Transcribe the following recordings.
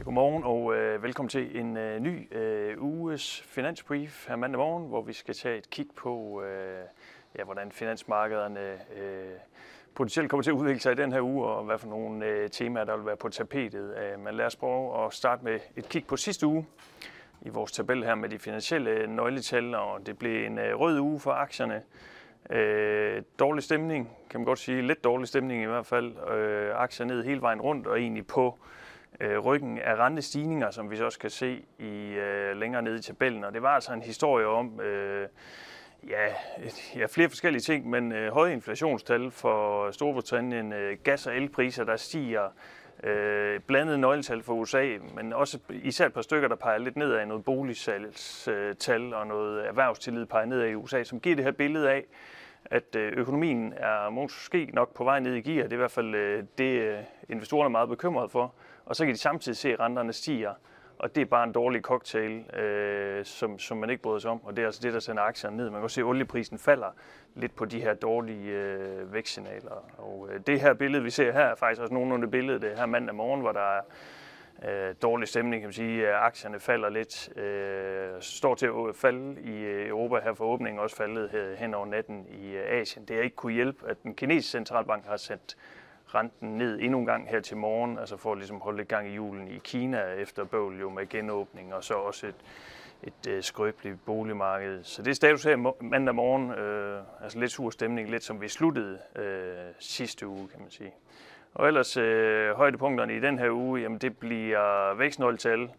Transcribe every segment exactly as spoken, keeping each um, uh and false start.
Godmorgen og øh, velkommen til en øh, ny øh, uges finansbrief her mandag morgen, hvor vi skal tage et kig på, øh, ja, hvordan finansmarkederne øh, potentielt kommer til at udvikle sig i den her uge, og hvad for nogle øh, temaer, der vil være på tapetet. Øh, men lad os prøve at starte med et kig på sidste uge i vores tabel her med de finansielle nøgletal, og det blev en øh, rød uge for aktierne. Øh, dårlig stemning, kan man godt sige. Lidt dårlig stemning i hvert fald. Øh, aktier ned hele vejen rundt og egentlig på øh, ryggen af rentestigninger, som vi så også kan se i øh, længere nede i tabellen. Og det var altså en historie om øh, ja, ja, flere forskellige ting, men øh, høje inflationstal for Storbritannien, øh, gas- og elpriser, der stiger, øh, blandede nøgletal for U S A, men også især et par stykker, der peger lidt nedad, noget boligsalgstal og noget erhvervstillid peger nedad i U S A, som giver det her billede af, at økonomien er måske nok på vej ned i gear. Det er i hvert fald det, investorerne er meget bekymrede for. Og så kan de samtidig se, at renterne stiger. Og det er bare en dårlig cocktail, øh, som, som man ikke bryder sig om. Og det er altså det, der sender aktierne ned. Man kan også se, at olieprisen falder lidt på de her dårlige øh, vækstsignaler. Og øh, det her billede, vi ser her, er faktisk også nogenlunde billedet det her mandag morgen, hvor der er Øh, dårlig stemning, kan man sige, at aktierne falder lidt, øh, står til at falde i Europa her for åbningen, også faldet hen over natten i Asien. Det har ikke kunne hjælpe, at den kinesiske centralbank har sendt renten ned endnu en gang her til morgen, altså for at ligesom holde lidt gang i julen i Kina efter bøvl jo med genåbning, og så også et, et øh, skrøbeligt boligmarked. Så det er status her mandag morgen, øh, altså lidt sur stemning, lidt som vi sluttede øh, sidste uge, kan man sige. Og ellers øh, højdepunkterne i den her uge, jamen det bliver vækstnøgletal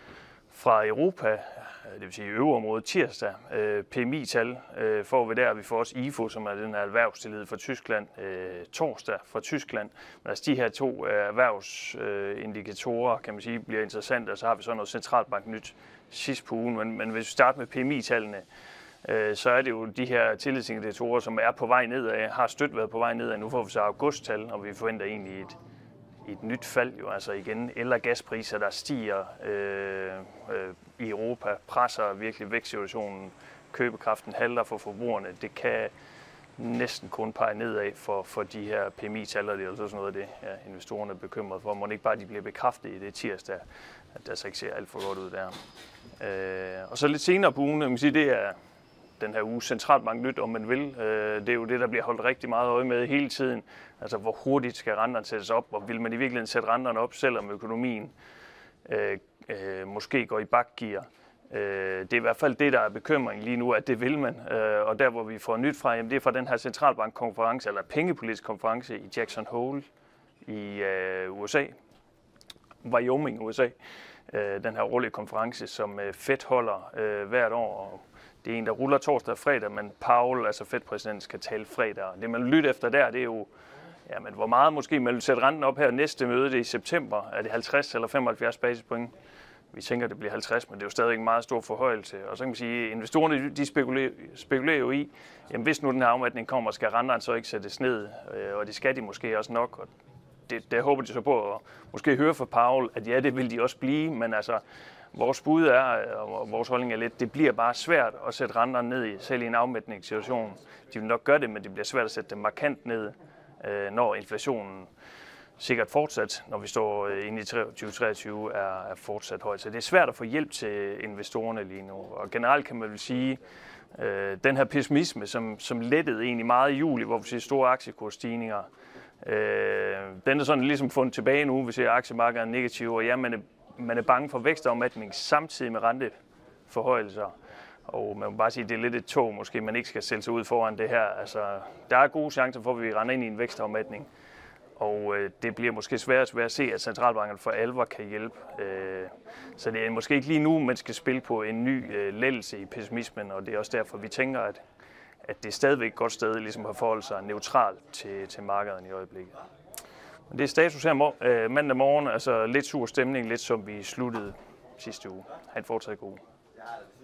fra Europa, det vil sige øvreområdet tirsdag. Øh, P M I-tal øh, får vi der, vi får også I F O, som er den her erhvervstillid fra Tyskland, øh, torsdag fra Tyskland. Men altså de her to øh, erhvervsindikatorer, øh, kan man sige, bliver interessante, og så har vi så noget centralbank nyt sidst på ugen. Men, men hvis vi starter med P M I-tallene, så er det jo de her tillidsindikatorer, som er på vej nedad, har støt været på vej nedad. Nu får vi så augusttal, og vi forventer egentlig et, et nyt fald, jo altså igen el- og gaspriser, der stiger øh, øh, i Europa, presser virkelig vækstsituationen, købekraften halter for forbrugerne. Det kan næsten kun pege nedad for, for de her P M I-tal, og det er altså sådan noget af det, ja, investorerne er bekymret for. Må ikke bare de bliver bekræftet i det tirsdag, at der så ikke ser alt for godt ud der. Øh, og så lidt senere på ugen, jeg må sige, det er den her uge centralbank nyt, om man vil. Det er jo det, der bliver holdt rigtig meget øje med hele tiden. Altså, hvor hurtigt skal renterne sættes op, og vil man i virkeligheden sætte renterne op, selvom økonomien øh, øh, måske går i bakgear. Øh, det er i hvert fald det, der er bekymring lige nu, at det vil man. Øh, og der, hvor vi får nyt fra, jamen, det er fra den her centralbankkonference, eller pengepolitisk konference i Jackson Hole i øh, U S A. Wyoming, U S A. Øh, den her årlige konference, som øh, Fed holder øh, hvert år. Og det er en, der ruller torsdag og fredag, men Powell, altså Fed-præsidenten, skal tale fredag. Det, man vil lytte efter der, det er jo, ja, men hvor meget måske man vil sætte renten op her næste møde, det er i september. Er det halvtreds eller femoghalvfjerds basispoint? Vi tænker, det bliver halvtreds, men det er jo stadig en meget stor forhøjelse. Og så kan man sige, at investorerne de spekulerer, spekulerer jo i, jamen hvis nu den her afmatning kommer, skal renterne så ikke sættes ned, og det skal de måske også nok. Og det, det håber de så på at måske høre fra Powell, at ja, det vil de også blive, men altså vores bud er, og vores holdning er lidt, det bliver bare svært at sætte renterne ned i, selv i en afmætningssituation. De vil nok gøre det, men det bliver svært at sætte dem markant ned, når inflationen sikkert fortsat, når vi står inde i tyve treogtyve, er, er fortsat højt. Så det er svært at få hjælp til investorerne lige nu. Og generelt kan man vel sige, øh, den her pessimisme, som, som lettede egentlig meget i juli, hvor vi ser store aktiekursstigninger, øh, den er sådan ligesom fundet tilbage nu. Vi ser aktiemarkedet negative, og ja, man er, man er bange for vækstafmatning samtidig med renteforhøjelser. Og man må bare sige, at det er lidt et tog, måske man ikke skal sælge sig ud foran det her. Altså, der er gode chancer for, at vi render ind i en vækstafmatning. Og øh, det bliver måske svært at se, at centralbankerne for alvor kan hjælpe. Øh, så det er måske ikke lige nu, man skal spille på en ny øh, lettelse i pessimismen, og det er også derfor, vi tænker, at, at det er stadigvæk et godt sted ligesom at forholde sig neutralt til, til markederne i øjeblikket. Men det er status her øh, mandag morgen, altså lidt sur stemning, lidt som vi sluttede sidste uge. Ha' en fortsat god uge.